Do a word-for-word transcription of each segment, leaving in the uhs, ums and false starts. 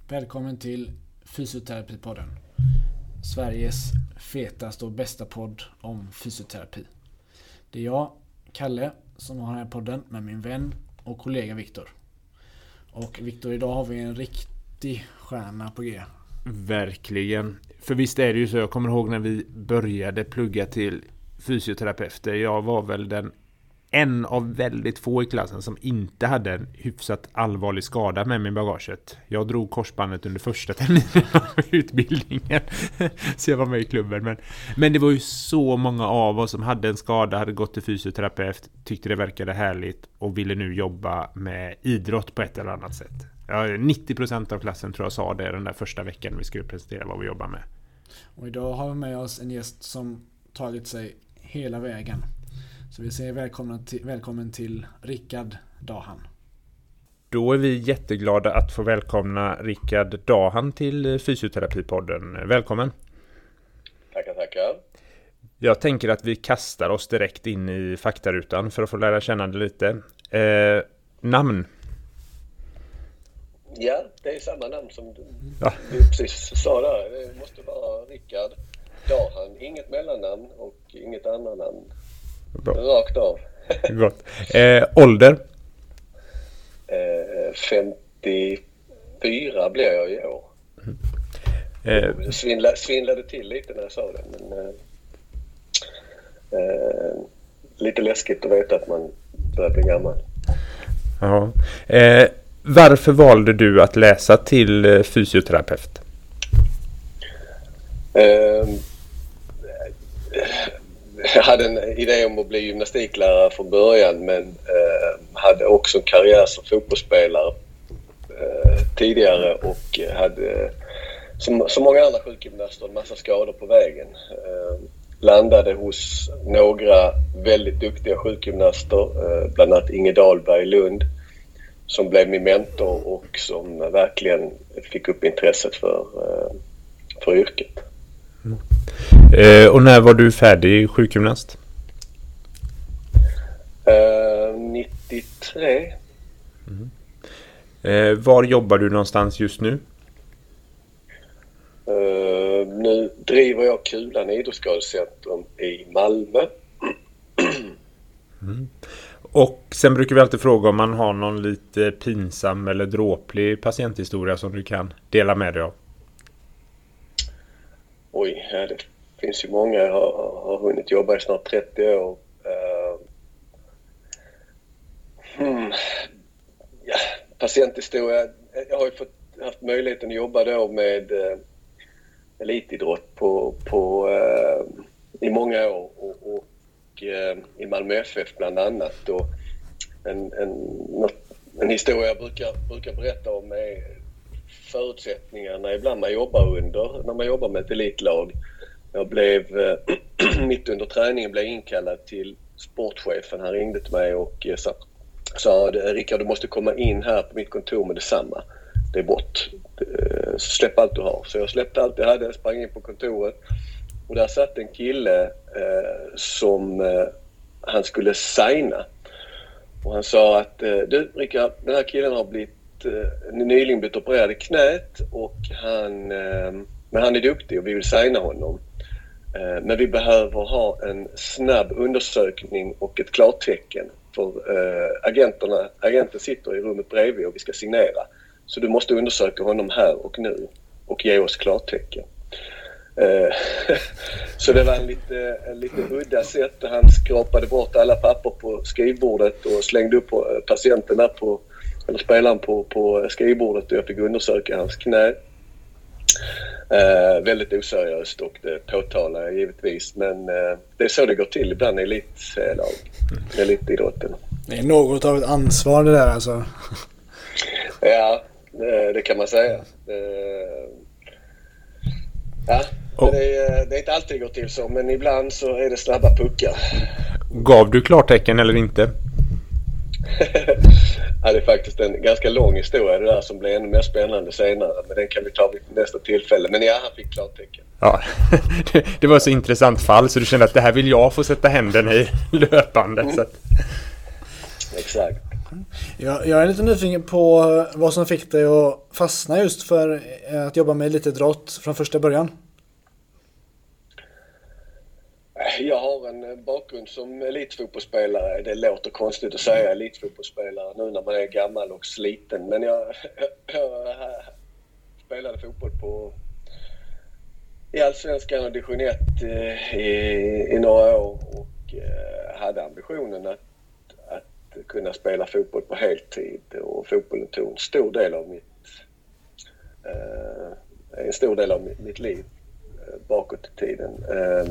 Välkommen till Fysioterapipodden. Sveriges fetaste och bästa podd om fysioterapi. Det är jag, Kalle, som har den här podden med min vän och kollega Viktor. Och Viktor, idag har vi en riktig stjärna på G. Verkligen. För visst är det ju så, jag kommer ihåg när vi började plugga till fysioterapeuter. Jag var väl den en av väldigt få i klassen som inte hade en hyfsat allvarlig skada med mig i bagaget. Jag drog korsbandet under första terminen av utbildningen. Så jag var med i klubben. Men, men det var ju så många av oss som hade en skada, hade gått till fysioterapeut, tyckte det verkade härligt och ville nu jobba med idrott på ett eller annat sätt. Ja, nittio procent av klassen tror jag sa det den där första veckan vi skulle presentera vad vi jobbar med. Och idag har vi med oss en gäst som tagit sig hela vägen. Så vi säger välkommen till, välkommen till Rickard Dahan. Då är vi jätteglada att få välkomna Rickard Dahan till Fysioterapipodden. Välkommen. Tackar, tackar. Jag tänker att vi kastar oss direkt in i faktarutan för att få lära känna det lite. Eh, namn? Ja, det är samma namn som du, ja. du precis sa där. Det måste vara Rickard Dahan. Inget mellannamn och inget annat namn. Bra. Rakt av. Gott. Eh, ålder? Eh, femtiofyra blir jag i år. Mm. Eh. Svindla, svindlade till lite när jag sa det. Men, eh, eh, lite läskigt att veta att man börjar bli gammal. Ja. Eh, varför valde du att läsa till fysioterapeut? Eh, Jag hade en idé om att bli gymnastiklärare från början, men eh, hade också en karriär som fotbollsspelare eh, tidigare och hade som, som många andra sjukgymnaster en massa skador på vägen. Eh, landade hos några väldigt duktiga sjukgymnaster, eh, bland annat Inge Dahlberg i Lund, som blev min mentor och som verkligen fick upp intresset för, eh, för yrket. Mm. Eh, och när var du färdig sjukgymnast? Uh, nittiotre. Mm. Eh, var jobbar du någonstans just nu? Uh, nu driver jag Kulan idrottsskadecentrum i Malmö. Mm. Och sen brukar vi alltid fråga om man har någon lite pinsam eller dråplig patienthistoria som du kan dela med dig av. Oj, ja, det finns ju många. Jag har, har hunnit jobba i snart trettio år. Uh, hmm, ja, patienthistoria. Jag har ju fått, haft möjligheten att jobba då med uh, elitidrott på, på, uh, i många år och, och uh, i Malmö F F bland annat. Och en, en, något, en historia jag brukar, brukar berätta om är förutsättningarna ibland man jobbar under när man jobbar med ett elitlag. Jag blev eh, mitt under träningen blev inkallad till sportchefen. Han ringde till mig och sa, sa Rickard, du måste komma in här på mitt kontor med detsamma. Det är bort. Eh, släpp allt du har. Så jag släppte allt jag hade, sprang in på kontoret och där satt en kille eh, som eh, han skulle signa. Och han sa att eh, du Rickard, den här killen har blivit nyligen blivit opererad i knät och han, men han är duktig och vi vill signa honom. Men vi behöver ha en snabb undersökning och ett klartecken för agenterna, agenten sitter i rummet bredvid och vi ska signera. Så du måste undersöka honom här och nu och ge oss klartecken. Så det var en lite, en lite udda sätt. Han skrapade bort alla papper på skrivbordet och slängde upp på patienten där på eller spelaren på, på skrivbordet och jag fick undersöka hans knä. Eh, väldigt oseriöst och det påtalar jag givetvis. Men eh, det är så det går till ibland i elitlag, elitidrotten. Det är något av ett ansvar det där alltså. Ja, det, det kan man säga. Eh, ja, oh. det, är, det är inte alltid går till så, men ibland så är det snabba puckar. Gav du klartecken eller inte? Ja, det är faktiskt en ganska lång historia det där som blir ännu mer spännande senare. Men den kan vi ta vid nästa tillfälle. Men ja, han fick klartecken. Ja, det, det var så intressant fall så du kände att det här vill jag få sätta händerna i löpande. Mm. Så att... Exakt. Jag, jag är lite nyfiken på vad som fick dig att fastna just för att jobba med elitidrott från första början. Jag har en bakgrund som elitfotbollsspelare. Det låter konstigt att säga elitfotbollsspelare nu när man är gammal och sliten. Men jag, jag, jag spelade fotboll på i Allsvenskan och division ett i, i några år och hade ambitionen att, att kunna spela fotboll på heltid. Och fotbollen tog en stor del av mitt, en stor del av mitt liv bakåt i tiden.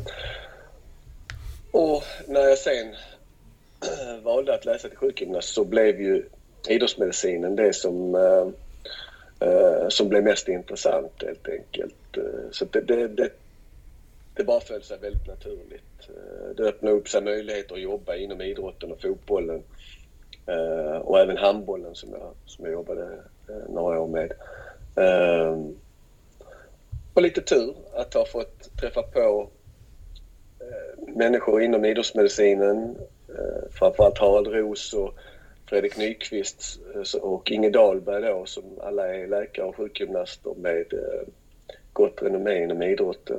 Och när jag sen valde att läsa till sjukgymnast så blev ju idrottsmedicinen det som, uh, som blev mest intressant helt enkelt. Uh, så det, det, det, det bara föll sig väldigt naturligt. Uh, det öppnade upp sig möjligheter att jobba inom idrotten och fotbollen. Uh, och även handbollen som jag, som jag jobbade uh, några år med. Uh, och lite tur att ha fått träffa på människor inom idrottsmedicinen, framförallt Harald Roos och Fredrik Nyqvist och Inge Dahlberg då, som alla är läkare och sjukgymnaster med gott renommé inom idrotten.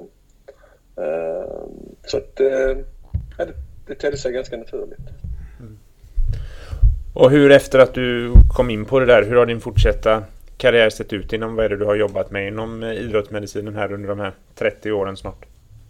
Så att ja, det, det tedde sig ganska naturligt. Mm. Och hur efter att du kom in på det där, hur har din fortsatta karriär sett ut inom vad är det du har jobbat med inom idrottsmedicinen här under de här trettio åren snart?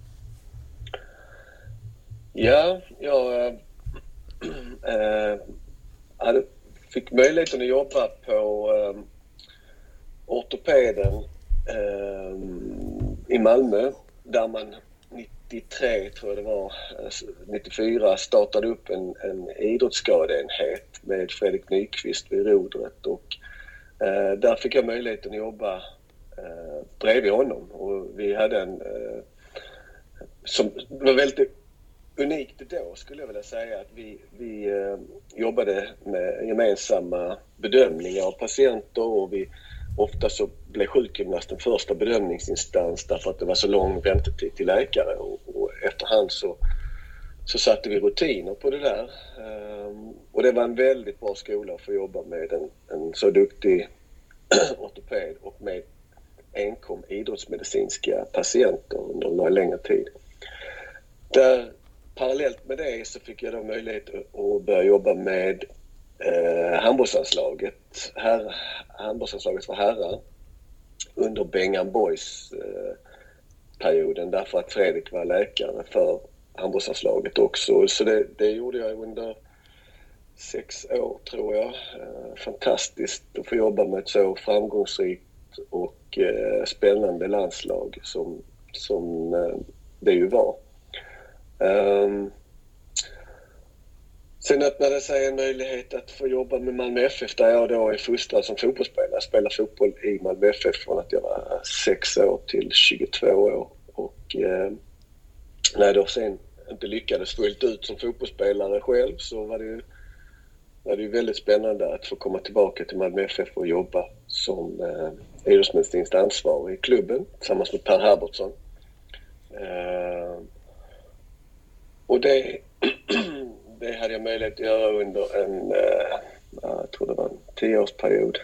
Ja, jag äh, hade, fick möjligheten att jobba på äh, ortopeden äh, i Malmö där man nittiotre tror jag det var, nittiofyra startade upp en, en idrottsskadeenhet med Fredrik Nyqvist vid rodret och äh, där fick jag möjligheten att jobba äh, bredvid honom och vi hade en äh, som var väldigt unikt då skulle jag vilja säga att vi, vi eh, jobbade med gemensamma bedömningar av patienter och vi ofta så blev sjukgymnasten första bedömningsinstans därför att det var så lång väntetid till läkare och, och efterhand så, så satte vi rutiner på det där um, och det var en väldigt bra skola att få jobba med en, en så duktig ortoped och med enkom idrottsmedicinska patienter under några längre tid. Där parallellt med det så fick jag då möjlighet att börja jobba med eh, handbollslandslaget, här, handbollslandslaget för herrar under Bengan Boys eh, perioden därför att Fredrik var läkare för handbollslandslaget också. Så det, det gjorde jag under sex år tror jag. Eh, fantastiskt att få jobba med ett så framgångsrikt och eh, spännande landslag som, som eh, det ju var. Um, sen öppnade sig en möjlighet att få jobba med Malmö F F där jag då är fostrad som fotbollsspelare. Jag spelade fotboll i Malmö F F från att jag var sex år till tjugotvå år. Och eh, när jag då sen inte lyckades fullt ut som fotbollsspelare själv så var det ju, var det ju väldigt spännande att få komma tillbaka till Malmö F F och jobba som eh, idrottsmedicinskt ansvarig i klubben tillsammans med Per Herbertsson. Eh, Och det, det hade jag möjlighet att göra under en, uh, jag tror det var en tioårsperiod.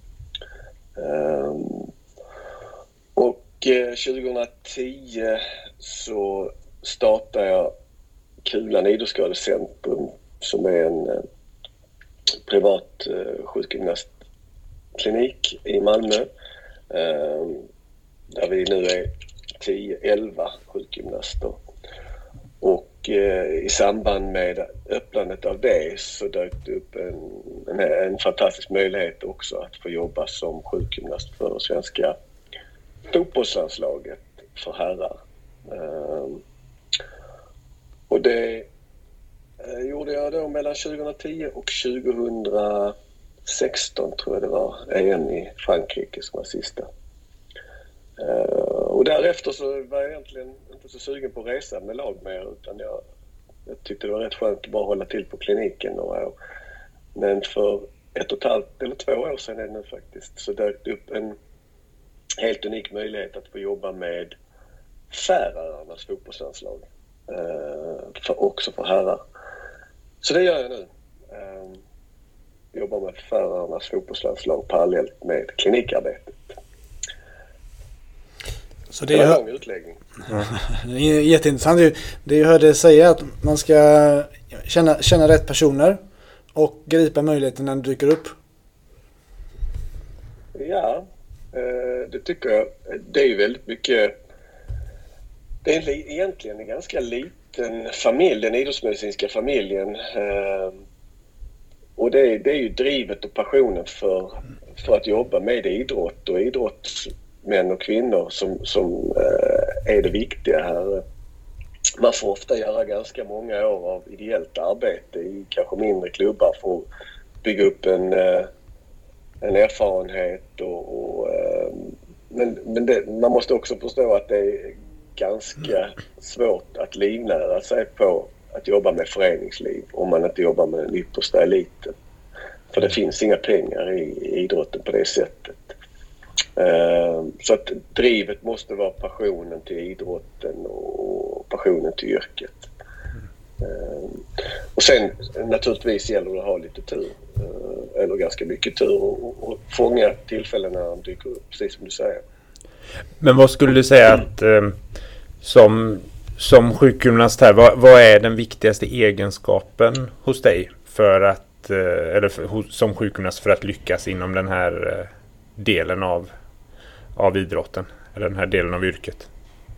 Um, och uh, tjugohundratio så startade jag Kulan idrottsskadecentrum som är en uh, privat uh, sjukgymnastklinik i Malmö. Uh, där vi nu är tio elva sjukgymnaster. Och eh, i samband med öppnandet av det så dök det upp en, en, en fantastisk möjlighet också att få jobba som sjukgymnast för svenska fotbollslandslaget för herrar. Um, och det eh, gjorde jag då mellan tjugohundratio och tjugohundrasexton tror jag det var, E M i Frankrike som var sista. Uh, och därefter så var jag egentligen inte så sugen på att resa med lag mer utan jag, jag tyckte det var rätt skönt att bara hålla till på kliniken några år. Men för ett och ett halvt eller två år sedan är det nu faktiskt så dök det upp en helt unik möjlighet att få jobba med Färöarnas fotbollslandslag uh, för, också för herrar. Så det gör jag nu. Uh, jobbar med Färöarnas fotbollslandslag parallellt med klinikarbetet. Så det, det är en lång utläggning. Det är jätteintressant. Det jag hörde säga att man ska känna, känna rätt personer och gripa möjligheten när den dyker upp. Ja, det tycker jag. Det är ju väldigt mycket. Det är egentligen en ganska liten familj, den idrottsmedicinska familjen. Och det är, det är ju drivet och passionen för, för att jobba med idrott och idrottsmän och kvinnor som, som är det viktiga här. Man får ofta göra ganska många år av ideellt arbete i kanske mindre klubbar för att bygga upp en, en erfarenhet. Och, och, men men det, man måste också förstå att det är ganska svårt att livnära sig på att jobba med föreningsliv om man inte jobbar med den yppersta eliten. För det finns inga pengar i idrotten på det sättet. Så att drivet måste vara passionen till idrotten och passionen till yrket. Och sen naturligtvis gäller det att ha lite tur, eller ganska mycket tur, och, och fånga tillfällen när de dyker upp, precis som du säger. Men vad skulle du säga att eh, som, som sjukgymnast här, vad, vad är den viktigaste egenskapen hos dig för att, eh, eller för, hos, som sjukgymnast för att lyckas inom den här eh, delen av, av idrotten, eller den här delen av yrket?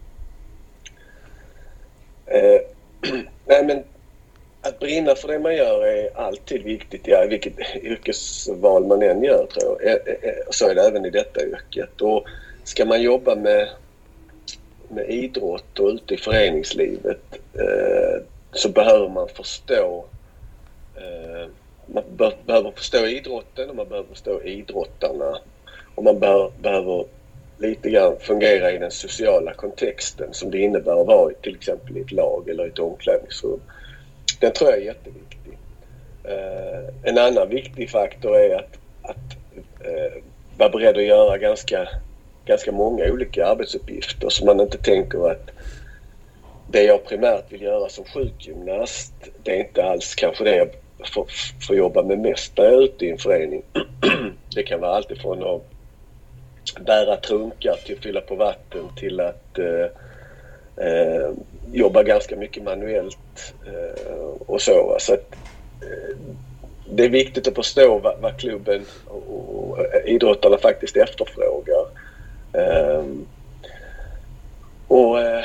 Eh, nej men att brinna för det man gör är alltid viktigt, ja, vilket yrkesval man än gör, tror jag. Så är det även i detta yrket. Och ska man jobba med, med idrott och ute i föreningslivet eh, så behöver man förstå eh, man be- behöver förstå idrotten och man behöver förstå idrottarna. Och man bör, behöver lite grann fungera i den sociala kontexten som det innebär att vara till exempel i ett lag eller ett omklädningsrum. Den tror jag är jätteviktig. Eh, en annan viktig faktor är att, att eh, vara beredd att göra ganska, ganska många olika arbetsuppgifter så man inte tänker att det jag primärt vill göra som sjukgymnast, det är inte alls kanske det jag får, får jobba med mest när jag är ute i en förening. Det kan vara allt ifrån att bära trunkar till att fylla på vatten till att eh, eh, jobba ganska mycket manuellt eh, och så. Så att, eh, det är viktigt att förstå vad, vad klubben och, och idrottarna faktiskt efterfrågar. Eh, och, eh,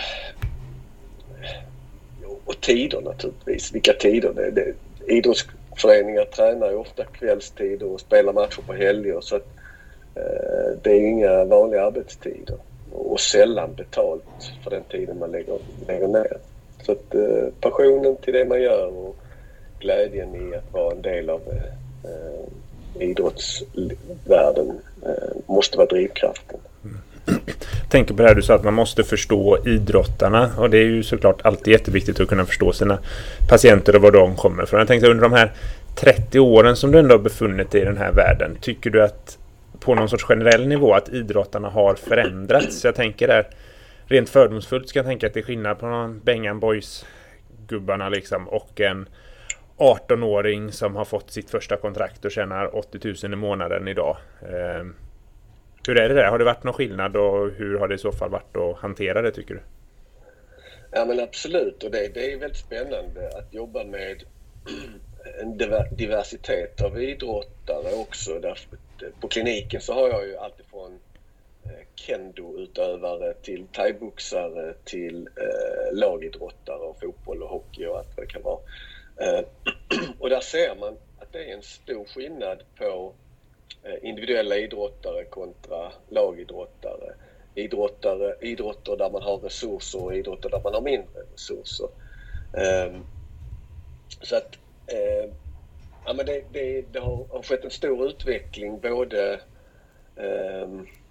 och tider naturligtvis. Vilka tider det är. Det, idrottsföreningar tränar ju ofta kvällstider och spelar matcher på helger, så att eh, det är ju inga vanliga arbetstider. Och sällan betalt för den tiden man lägger, lägger ner. Så att eh, passionen till det man gör och glädjen i att vara en del av eh, idrottsvärlden eh, måste vara drivkraften. Jag tänker på det här du sa att man måste förstå idrottarna, och det är ju såklart alltid jätteviktigt att kunna förstå sina patienter och var de kommer från. Jag tänkte under de här trettio åren som du ändå har befunnit dig i den här världen, tycker du att på någon sorts generell nivå att idrottarna har förändrats? Jag tänker där, rent fördomsfullt ska jag tänka att det är skillnad på någon Bengan Boys-gubbarna liksom och en arton-åring som har fått sitt första kontrakt och tjänar åttio tusen i månaden idag. Eh, hur är det där? Har det varit någon skillnad och hur har det i så fall varit att hantera det, tycker du? Ja men absolut, och det, det är väldigt spännande att jobba med en diversitet av idrottare också. Därför, på kliniken så har jag ju alltifrån kendo-utövare till thaiboxare till eh, lagidrottare och fotboll och hockey och allt vad det kan vara. Eh, och där ser man att det är en stor skillnad på eh, individuella idrottare kontra lagidrottare. Idrottare, idrotter där man har resurser och idrotter där man har mindre resurser. Eh, så att eh, ja, men det, det, det har, har skett en stor utveckling både eh,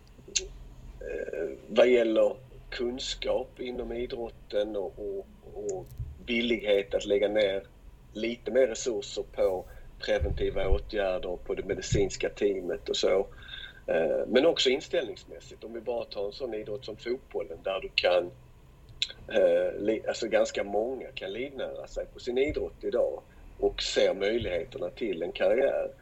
vad gäller kunskap inom idrotten och, och, och villighet att lägga ner lite mer resurser på preventiva åtgärder, på det medicinska teamet och så. Men också inställningsmässigt. Om vi bara tar en sån idrott som fotbollen där du kan, alltså ganska många kan livnära sig på sin idrott idag och ser möjligheterna till en karriär.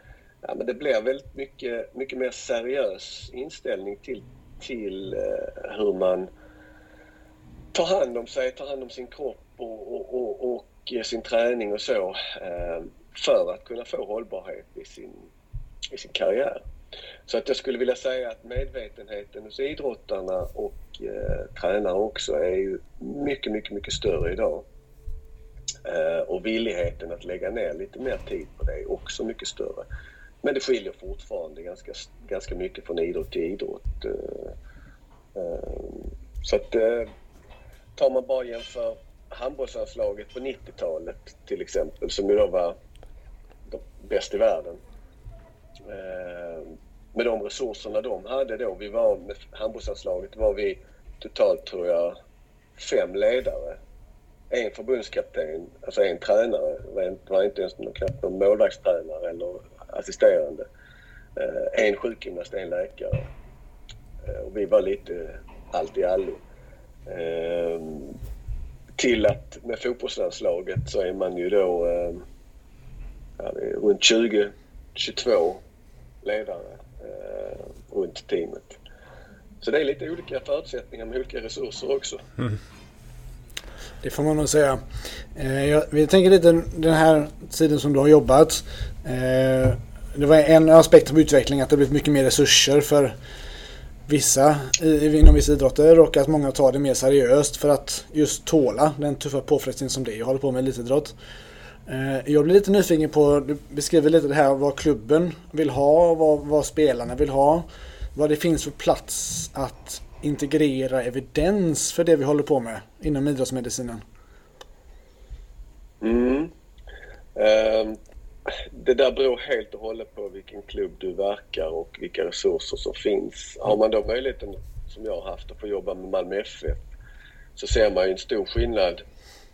ja, men det blir väldigt mycket, mycket mer seriös inställning till, till eh, hur man tar hand om sig, tar hand om sin kropp och, och, och, och sin träning och så eh, för att kunna få hållbarhet i sin, i sin karriär. Så att jag skulle vilja säga att medvetenheten hos idrottarna och eh, tränare också är ju mycket, mycket, mycket större idag. Eh, och villigheten att lägga ner lite mer tid på det är också mycket större. Men det skiljer fortfarande ganska, ganska mycket från idrott till idrott. Eh, eh, så att eh, tar man bara jämför handbollslandslaget på nittiotalet till exempel, som ju då var bäst i världen. Eh, med de resurserna de hade då, vi var med handbollslandslaget var vi totalt tror jag fem ledare. En förbundskapten, alltså en tränare, det var inte ens någon, knappt någon målvaktstränare eller assisterande. Eh, en sjukgymnast, en läkare. Eh, och vi var lite allt i allo. Eh, till att med fotbollslandslaget så är man ju då eh, ja, det är runt tjugo tjugotvå ledare eh, runt teamet. Så det är lite olika förutsättningar med olika resurser också. Mm. Det får man nog säga. Eh, jag, vi tänker lite den här tiden som du har jobbat. Eh, det var en aspekt av utveckling att det blivit mycket mer resurser för vissa i, inom vissa idrotter och att många tar det mer seriöst för att just tåla den tuffa påfrestning som det är. Jag håller på med elitidrott. Jag blir lite nyfiken på, du beskriver lite det här vad klubben vill ha, vad, vad spelarna vill ha, vad det finns för plats att integrera evidens för det vi håller på med inom idrottsmedicinen. Mm. Um, det där beror helt och hållet på vilken klubb du verkar och vilka resurser som finns. Har man då möjligheten, som jag har haft, att få jobba med Malmö F F, så ser man ju en stor skillnad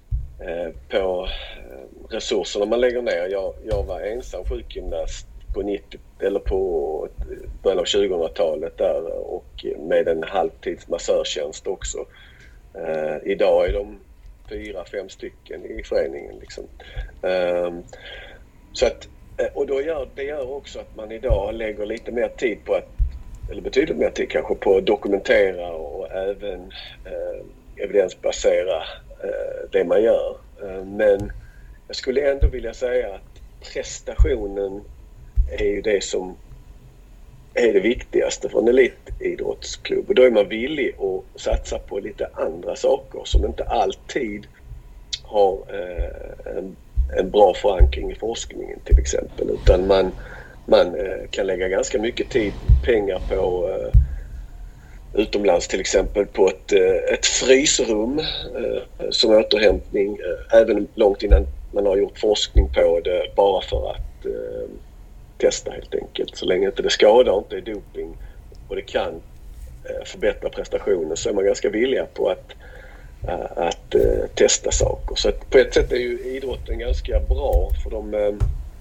på resurserna man lägger ner. Jag, jag var ensam sjukgymnast på nittio eller på början av tjugohundratalet där och med en halvtids massörtjänst också. Eh, idag är de fyra, fem stycken i föreningen liksom. Eh, så att, och då gör, det gör också att man idag lägger lite mer tid på att, eller betydligt mer tid kanske på att dokumentera och även eh, evidensbasera det man gör. Men jag skulle ändå vilja säga att prestationen är ju det som är det viktigaste för en elitidrottsklubb. Och då är man villig att satsa på lite andra saker som inte alltid har en, en bra förankring i forskningen till exempel. Utan man, man kan lägga ganska mycket tid, pengar på utomlands till exempel på ett, ett frysrum eh, som återhämtning eh, även långt innan man har gjort forskning på det, bara för att eh, testa helt enkelt. Så länge inte det skadar och inte är doping och det kan eh, förbättra prestationen, så är man ganska villiga på att, eh, att eh, testa saker. Så att på ett sätt är ju idrotten ganska bra, för de, eh,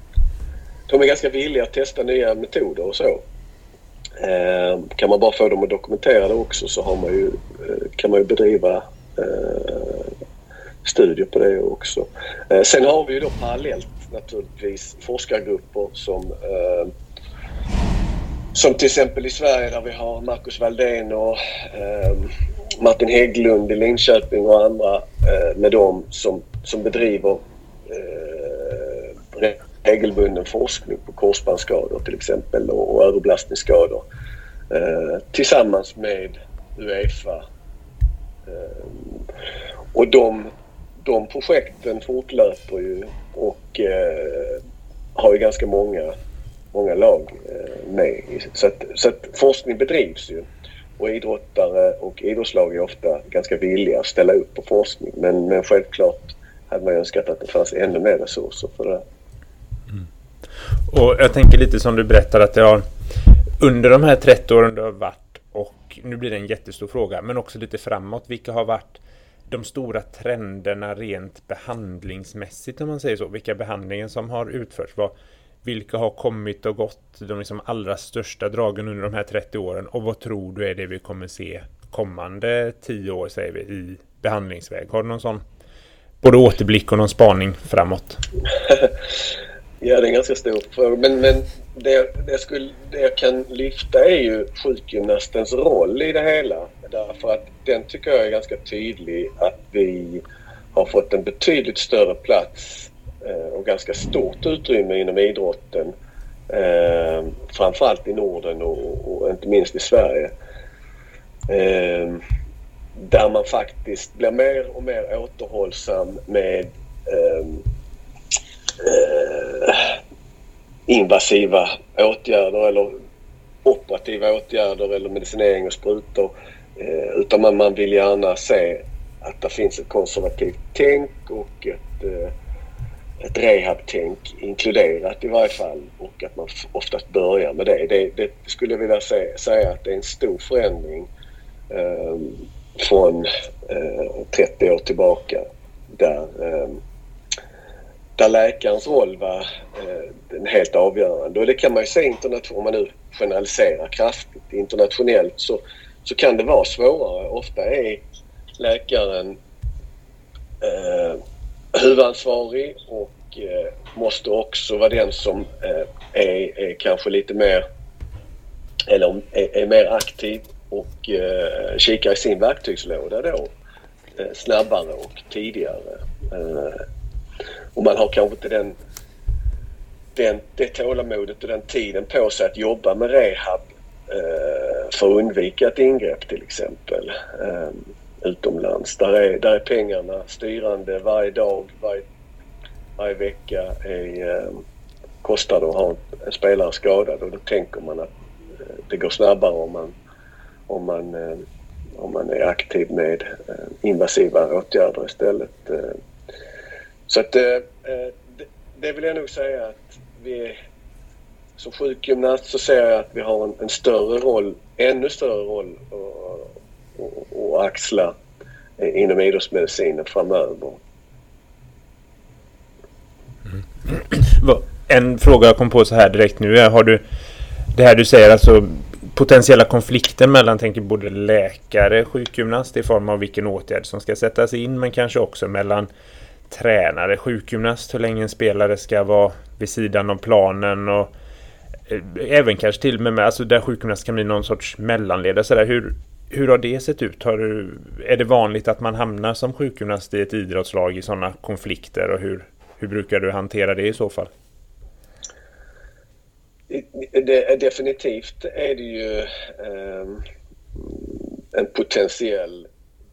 de är ganska villiga att testa nya metoder och så. Eh, kan man bara få dem att dokumentera det också, så har man ju, eh, kan man ju bedriva eh, studier på det också. Eh, sen har vi ju då parallellt naturligtvis forskargrupper som eh, som till exempel i Sverige där vi har Marcus Valdén och eh, Martin Hägglund i Linköping och andra eh, med dem som, som bedriver eh, regelbunden forskning på korsbandsskador till exempel och, och överbelastningsskador eh, tillsammans med UEFA. Eh, och de, de projekten fortlöper ju och eh, har ju ganska många, många lag eh, med. Så att, så att forskning bedrivs ju. Och idrottare och idrottslag är ofta ganska villiga att ställa upp på forskning. Men, men självklart hade man önskat att det fanns ännu mer resurser för det. Mm. Och jag tänker lite som du berättade att det har under de här trettio åren du har varit, och nu blir det en jättestor fråga, men också lite framåt, vilka har varit de stora trenderna rent behandlingsmässigt, om man säger så? Vilka behandlingar som har utförts? Vad, vilka har kommit och gått, de liksom allra största dragen under de här trettio åren? Och vad tror du är det vi kommer se kommande tio år, säger vi, i behandlingsväg? Har du någon sån både återblick och någon spaning framåt? Ja, det är en ganska stor fråga. Men, men det, det, skulle, det jag kan lyfta är ju sjukgymnastens roll i det hela. Därför att den tycker jag är ganska tydlig, att vi har fått en betydligt större plats eh, och ganska stort utrymme inom idrotten. Eh, framförallt i Norden och, och inte minst i Sverige. Eh, där man faktiskt blir mer och mer återhållsam med eh, eh, invasiva åtgärder eller operativa åtgärder eller medicinering och sprutor. Eh, utan man, man vill gärna se att det finns ett konservativt tänk och ett, eh, ett rehab-tänk inkluderat i varje fall, och att man oftast börjar med det. Det, det skulle jag vilja säga, säga att det är en stor förändring eh, från eh, trettio år tillbaka, där, eh, där läkarens roll var eh, helt avgörande. Och det kan man ju se internationellt, om man nu generaliserar kraftigt. Internationellt så, så kan det vara svårare. Ofta är läkaren eh, huvudansvarig och eh, måste också vara den som eh, är, är kanske lite mer eller är, är mer aktiv och eh, kikar i sin verktygslåda då eh, snabbare och tidigare. Eh, och man har kanske inte den, den, det tålamodet och den tiden på sig att jobba med rehab eh, för att undvika ett ingrepp till exempel eh, utomlands. Där är, där är pengarna styrande varje dag, varje, varje vecka är, eh, kostar det att ha en, en spelare skadad, och då tänker man att eh, det går snabbare om man om man, eh, om man är aktiv med eh, invasiva åtgärder istället. Eh. Så att eh, det, det vill jag nog säga att vi som sjukgymnast så ser jag att vi har en, en större roll, ännu större roll att axla eh, inom idrottsmedicinen framöver. Mm. En fråga jag kom på så här direkt nu är, har du det här du säger, alltså potentiella konflikter mellan, tänker både läkare, sjukgymnast i form av vilken åtgärd som ska sättas in, men kanske också mellan tränare, sjukgymnast, hur länge en spelare ska vara vid sidan av planen, och eh, även kanske till och med, alltså där sjukgymnast kan bli någon sorts mellanledare. Så där, hur, hur har det sett ut? Har du, är det vanligt att man hamnar som sjukgymnast i ett idrottslag i sådana konflikter, och hur, hur brukar du hantera det i så fall? Det, definitivt är det ju eh, en potentiell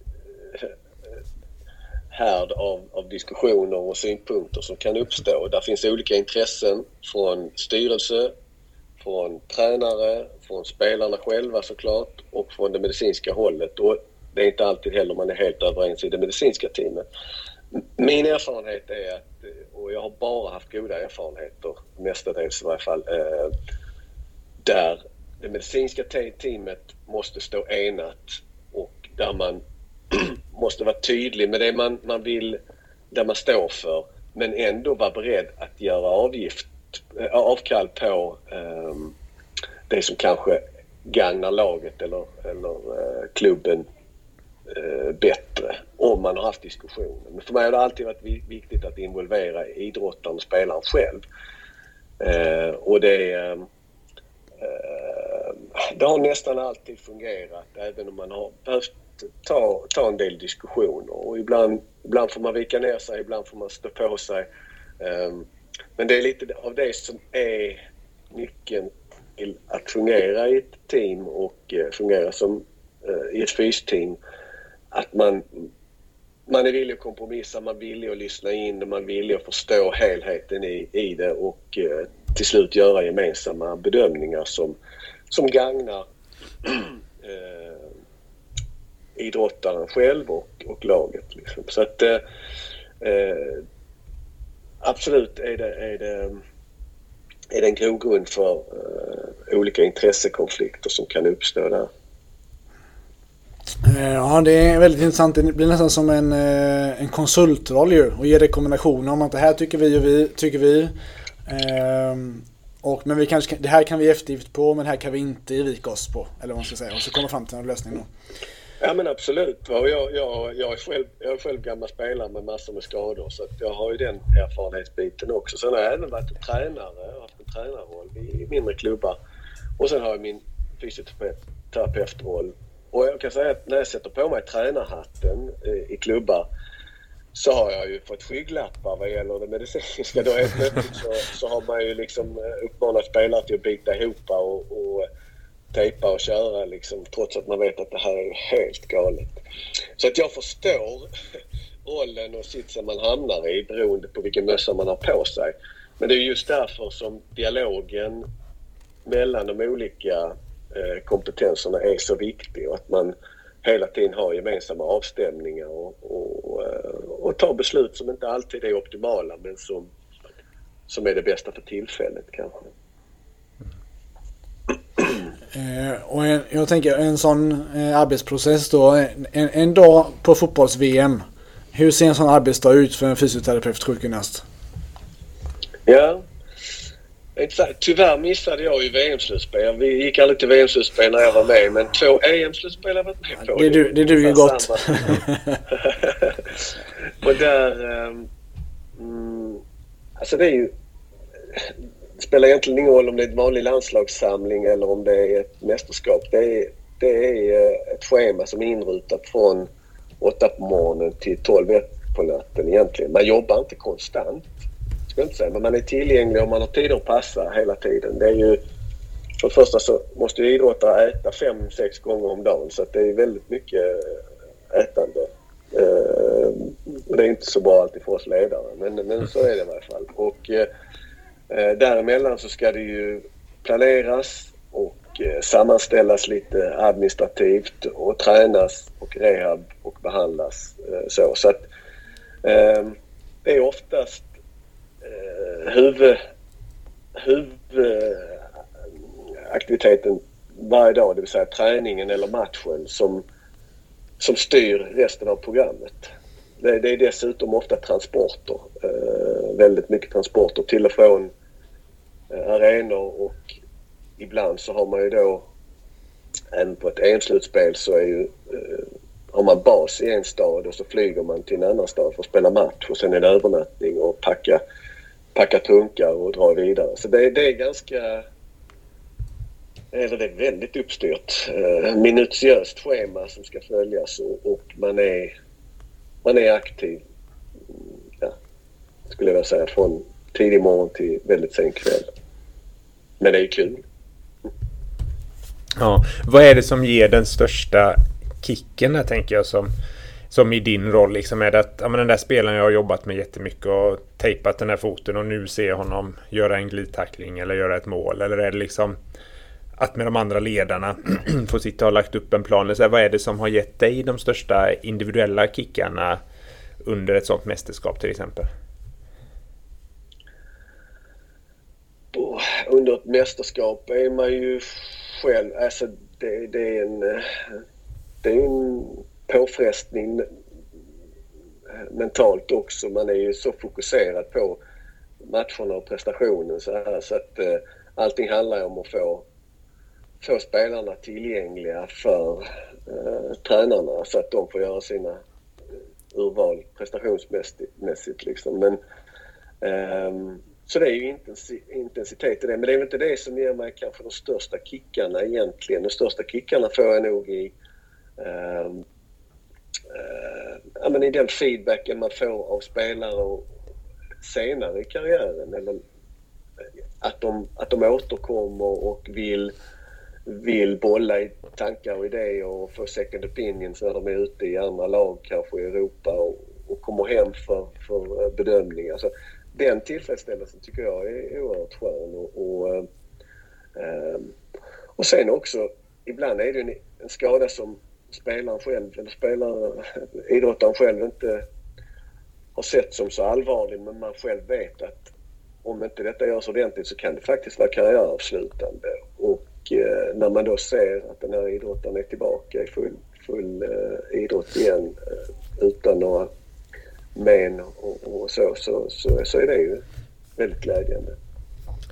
härd av, av diskussioner och synpunkter som kan uppstå. Där finns olika intressen från styrelse, från tränare, från spelarna själva såklart, och från det medicinska hållet. Och det är inte alltid heller man är helt överens i det medicinska teamet. Min erfarenhet är att, och jag har bara haft goda erfarenheter, mestadels i varje fall, eh, där det medicinska teamet måste stå enat och där man måste vara tydlig med det man, man vill, där man står för, men ändå vara beredd att göra avgift, avkall på eh, det som kanske gagnar laget eller, eller eh, klubben eh, bättre, om man har haft diskussioner. Men för mig har det alltid varit viktigt att involvera idrottaren och spelaren själv. Eh, och det, eh, det har nästan alltid fungerat, även om man har behövt ta, ta en del diskussioner. Och ibland, ibland får man vika ner sig, ibland får man stå på sig. Eh, men det är lite av det som är nyckeln till att fungera i ett team och eh, fungera som eh, i ett fysteam. Att man, man är villig att kompromissa, man är villig att lyssna in och man är villig att förstå helheten i, i det och eh, till slut göra gemensamma bedömningar som, som gagnar eh, idrottaren själv och, och laget. Liksom. Så att eh, absolut är det, är det, är det en grogrund för eh, olika intressekonflikter som kan uppstå där. Ja, det är väldigt intressant. Det blir nästan som en, en konsultroll ju, och ge rekommendationer om att det här tycker vi och vi tycker vi. Ehm, och, men vi kanske, det här kan vi eftergift på, men det här kan vi inte vika oss på. Eller vad man ska säga. Och så kommer fram till en lösning då. Ja men absolut. Och jag, jag, jag, är själv, jag är själv gammal spelare med massor med skador så att jag har ju den erfarenhetsbiten också. Sen har jag även varit tränare, jag har haft en tränarroll i mindre klubbar. Och sen har jag min fysioterapeutroll. Och jag kan säga att när jag sätter på mig tränarhatten i klubbar så har jag ju fått skygglappar vad gäller det medicinska. Då helt plötsligt så, så har man ju liksom uppmanat spelare till att bita ihop och, och tejpa och köra liksom, trots att man vet att det här är helt galet. Så att jag förstår rollen och sitsen man hamnar i beroende på vilken mössa man har på sig. Men det är just därför som dialogen mellan de olika eh, kompetenserna är så viktig och att man hela tiden har gemensamma avstämningar och, och, och tar beslut som inte alltid är optimala men som, som är det bästa för tillfället kanske. Eh, och en, jag tänker en sån eh, arbetsprocess då, en, en dag på fotbolls-V M. Hur ser en sån arbetsdag ut för en fysioterapeut sjukgymnast? Ja, tyvärr missade jag ju V M-slutspel. Vi gick aldrig till V M-slutspel när jag var med, men två E M-slutspel har jag varit med på. Det, du, det duger gott. Och där, um, alltså det är ju, det spelar egentligen ingen roll om det är ett vanlig landslagssamling eller om det är ett mästerskap. Det är, det är ett schema som är inrutat från åtta på morgonen till tolv på natten egentligen. Man jobbar inte konstant. Ska jag inte säga, men man är tillgänglig och man har tid att passa hela tiden. Det är ju, för det första så måste ju idrottare äta fem, sex gånger om dagen så att det är väldigt mycket ätande. Uh, det är inte så bra alltid för oss ledare, men, men så är det i alla fall. Och uh, däremellan så ska det ju planeras och uh, sammanställas lite administrativt och tränas och rehab och behandlas uh, så. Så att uh, det är oftast Uh, huvud, huvudaktiviteten varje dag, det vill säga träningen eller matchen som, som styr resten av programmet. Det, det är dessutom ofta transporter, uh, väldigt mycket transporter till och från uh, arenor och ibland så har man ju då även på ett E M-slutspel så är ju uh, har man bas i en stad och så flyger man till en annan stad för att spela match och sen en övernattning och packa packa tunkar och dra vidare. Så det, det är ganska, eller det är väldigt uppstyrt. Uh, minutiöst schema som ska följas och, och man är man är aktiv. Ja, skulle jag vilja säga från tidig morgon till väldigt sen kväll. Men det är kul. Ja, vad är det som ger den största kicken här, tänker jag, som Som i din roll liksom, är det att ja, men den där spelaren jag har jobbat med jättemycket och tejpat den här foten och nu ser jag honom göra en glidtackling eller göra ett mål, eller är det liksom att med de andra ledarna få sitta och ha lagt upp en plan? Så här, vad är det som har gett dig de största individuella kickarna under ett sånt mästerskap till exempel? Under ett mästerskap är man ju själv, alltså det, det är en det är en påfrestning mentalt också. Man är ju så fokuserad på matcherna och prestationen så här, så att eh, allting handlar om att få, få spelarna tillgängliga för eh, tränarna så att de får göra sina urval prestationsmässigt liksom. Men eh, så det är ju intensi- intensitet i det, men det är väl inte det som ger mig kanske de största kickarna egentligen. De största kickarna får jag nog i eh, Uh, ja, men i den feedbacken man får av spelare och senare i karriären, eller att de, att de återkommer och vill, vill bolla i tankar och idéer och få second opinions när de är ute i andra lag kanske i Europa och, och kommer hem för, för bedömningar. Så den tillfredsställelsen tycker jag är oerhört skön och, och, uh, och sen också ibland är det en, en skada som spelaren själv eller spelare, idrottaren själv inte har sett som så allvarlig, men man själv vet att om inte detta görs ordentligt så kan det faktiskt vara karriäravslutande. Och eh, när man då ser att den här idrottaren är tillbaka i full, full eh, idrott igen eh, utan några men och, och så, så, så, så är det ju väldigt glädjande.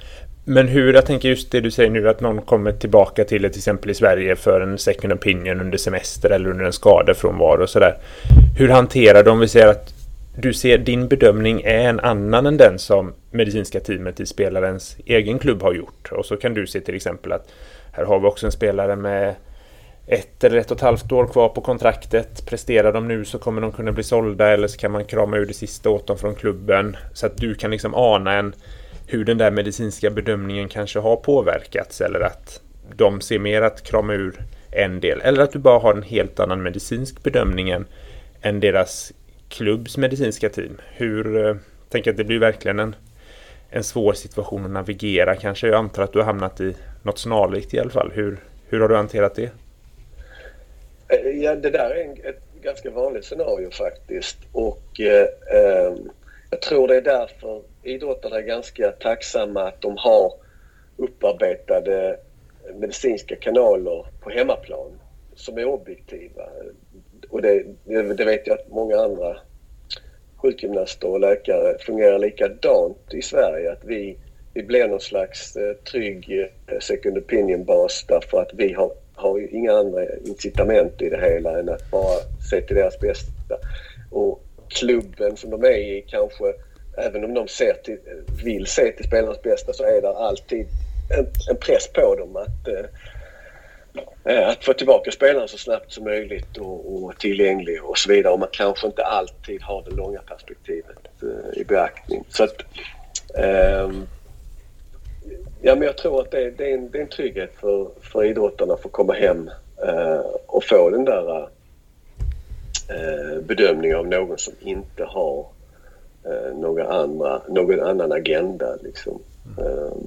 Men hur, jag tänker just det du säger nu, att någon kommer tillbaka till till exempel i Sverige för en second opinion under semester eller under en skadefrånvaro och sådär. Hur hanterar de, vi säger att du ser din bedömning är en annan än den som medicinska teamet i spelarens egen klubb har gjort. Och så kan du se till exempel att här har vi också en spelare med ett eller ett och ett halvt år kvar på kontraktet. Presterar de nu så kommer de kunna bli sålda, eller så kan man krama ur det sista åt dem från klubben. Så att du kan liksom ana en, hur den där medicinska bedömningen kanske har påverkats, eller att de ser mer att krama ur en del. Eller att du bara har en helt annan medicinsk bedömning än, än deras klubbs medicinska team. Hur, eh, tänker att det blir verkligen en, en svår situation att navigera kanske. Jag antar att du har hamnat i något snarlikt i alla fall. Hur, hur har du hanterat det? Ja, det där är en, ett ganska vanligt scenario faktiskt. Och eh, eh, jag tror det är därför idrottare är ganska tacksamma att de har upparbetade medicinska kanaler på hemmaplan som är objektiva. Och det, det vet jag att många andra sjukgymnaster och läkare fungerar likadant i Sverige. Att vi, vi blir någon slags eh, trygg eh, second opinion-bas därför att vi har, har ju inga andra incitament i det hela än att bara se till deras bästa. Och klubben som de är i kanske, även om de ser till, vill se till spelarnas bästa, så är det alltid en, en press på dem att eh, att få tillbaka spelaren så snabbt som möjligt och, och tillgänglig och så vidare. Och man kanske inte alltid har det långa perspektivet uh, i beaktning. Så att, um, ja, men jag tror att det, det, är, en, det är en trygghet för, för idrottarna att få komma hem uh, och få den där uh, bedömningen av någon som inte har uh, några andra, någon annan agenda liksom. Um,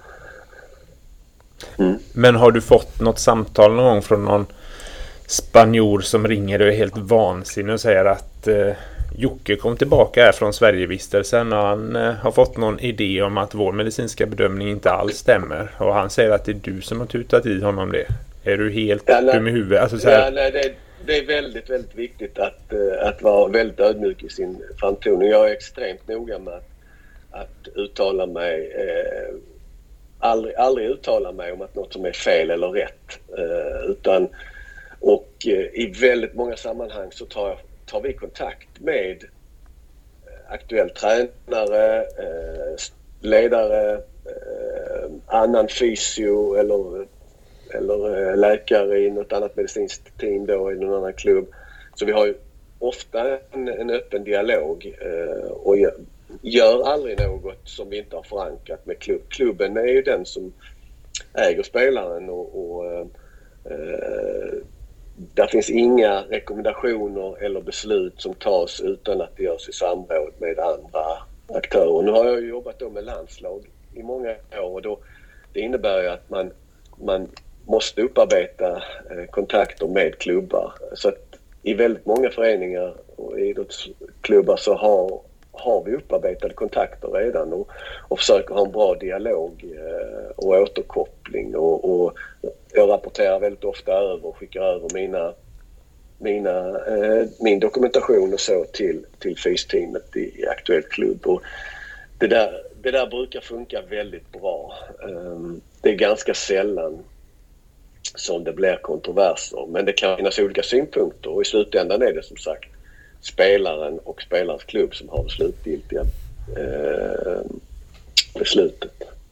Mm. Men har du fått något samtal någon gång från någon spanjor som ringer och är helt vansinnig och säger att eh, Jocke kom tillbaka här från Sverigevistelsen och han eh, har fått någon idé om att vår medicinska bedömning inte alls stämmer, och han säger att det är du som har tutat i honom det. Är du helt ja, nej, dum i huvudet? Alltså, så här... ja, nej, det, det är väldigt, väldigt viktigt att, att vara väldigt ödmjuk i sin framtoning. Jag är extremt noga med att, att uttala mig eh, Aldrig, aldrig uttala mig om att något som är fel eller rätt. Eh, utan, och eh, i väldigt många sammanhang så tar, tar vi kontakt med aktuell tränare, eh, ledare, eh, annan fysio eller, eller eh, läkare i något annat medicinskt team då, i någon annan klubb. Så vi har ju ofta en, en öppen dialog eh, och gör aldrig något som vi inte har förankrat med klubb. Klubben är ju den som äger spelaren och, och eh, där finns inga rekommendationer eller beslut som tas utan att det görs i samråd med andra aktörer. Nu har jag ju jobbat då med landslag i många år och då, det innebär ju att man, man måste upparbeta eh, kontakter med klubbar. Så att i väldigt många föreningar och idrottsklubbar så har har vi upparbetade kontakter redan och, och försöker ha en bra dialog eh, och återkoppling och, och jag rapporterar väldigt ofta över och skickar över mina, mina, eh, min dokumentation och så till, till fysteamet i, i aktuell klubb. Och det, där, det där brukar funka väldigt bra. Eh, det är ganska sällan som det blir kontroverser, men det kan finnas olika synpunkter och i slutändan är det som sagt spelaren och spelarens klubb som har det slutgiltiga eh, beslutet.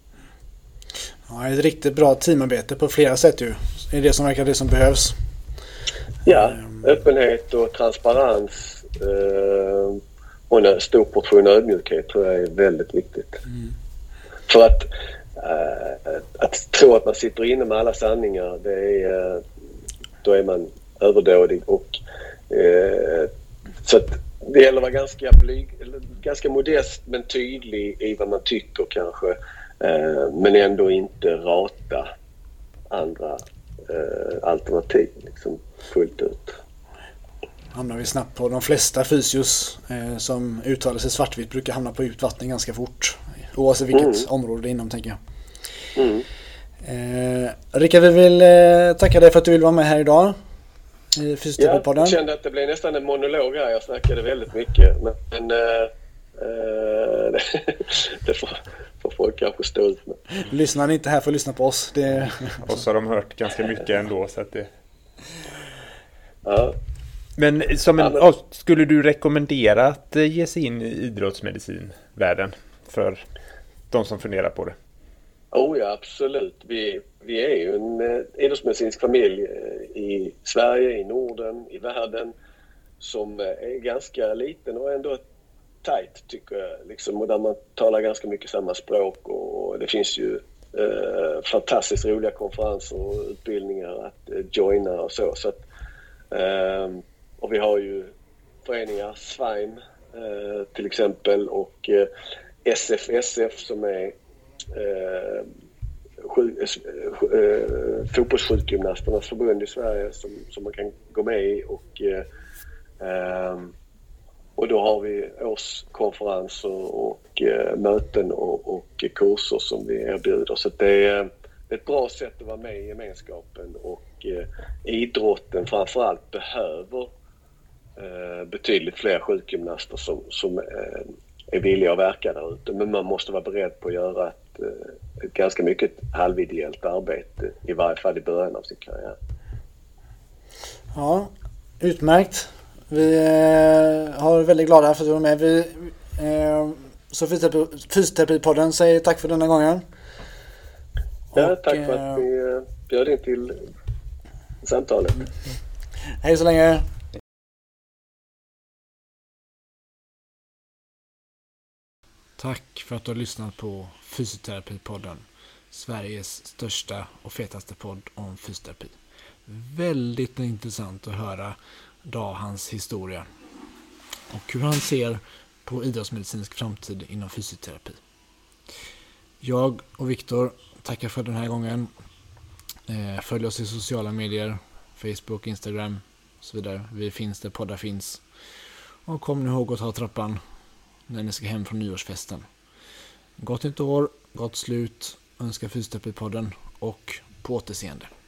Ja, ett riktigt bra teamarbete på flera sätt ju. Det är det som verkar det som behövs. Ja, öppenhet och transparens eh, och en stor portion ödmjukhet tror jag är väldigt viktigt. Mm. För att, eh, att tro att man sitter inne med alla sanningar, det är, eh, då är man överdådig och eh, så att det gäller att vara ganska, blyg, ganska modest men tydlig i vad man tycker kanske. Eh, men ändå inte rata andra eh, alternativ liksom, fullt ut. Hamnar vi snabbt på de flesta fysios eh, som uttalar sig svartvitt brukar hamna på utvattning ganska fort. Oavsett vilket mm. område det är inom, tänker jag. Mm. Eh, Rickard, vi vill eh, tacka dig för att du vill vara med här idag. Ja, jag kände att det blev nästan en monolog här. Jag snackade väldigt mycket. Men, men Uh, det får, får folk kanske stå ut med. Lyssnar ni inte här för att lyssna på oss? Det... Och så har de hört ganska mycket ändå. Så att det... Ja. Men, som en, ja, men... skulle du rekommendera att ge sig in i idrottsmedicinvärlden för de som funderar på det? Oh ja, absolut. Vi, vi är ju en eh, idrottsmedicinsk familj eh, i Sverige, i Norden, i världen som eh, är ganska liten och ändå tajt tycker jag. Liksom, och där man talar ganska mycket samma språk och det finns ju eh, fantastiskt roliga konferenser och utbildningar att eh, joina och så. så att, eh, och vi har ju föreningar, Svein eh, till exempel och eh, S F S F som är Eh, sju, eh, fotbollssjukgymnasternas förbund i Sverige som, som man kan gå med i och, eh, och då har vi årskonferenser och eh, möten och, och kurser som vi erbjuder så att det är ett bra sätt att vara med i gemenskapen och eh, idrotten framförallt behöver eh, betydligt fler sjukgymnaster som, som eh, är villiga att verka där ute men man måste vara beredd på att göra ett ett ganska mycket halvideellt arbete i varje fall i början av sin karriär. Ja, utmärkt. Vi eh, har väldigt glada för att du var med. Vi, eh, så Fysioterapipodden säger tack för denna gången. Ja, och, tack för att ni eh, bjöd in till samtalet. Hej så länge. Tack för att du har lyssnat på Fysioterapipodden, Sveriges största och fetaste podd om fysioterapi. Väldigt intressant att höra då hans historia och hur han ser på idrottsmedicinsk framtid inom fysioterapi. Jag och Viktor tackar för den här gången. Följ oss i sociala medier, Facebook, Instagram och så vidare. Vi finns där poddar finns. Och kom nu ihåg att ta trappan när ni ska hem från nyårsfesten. Gott nytt år, gott slut, önskar Fysioterapipodden och på återseende.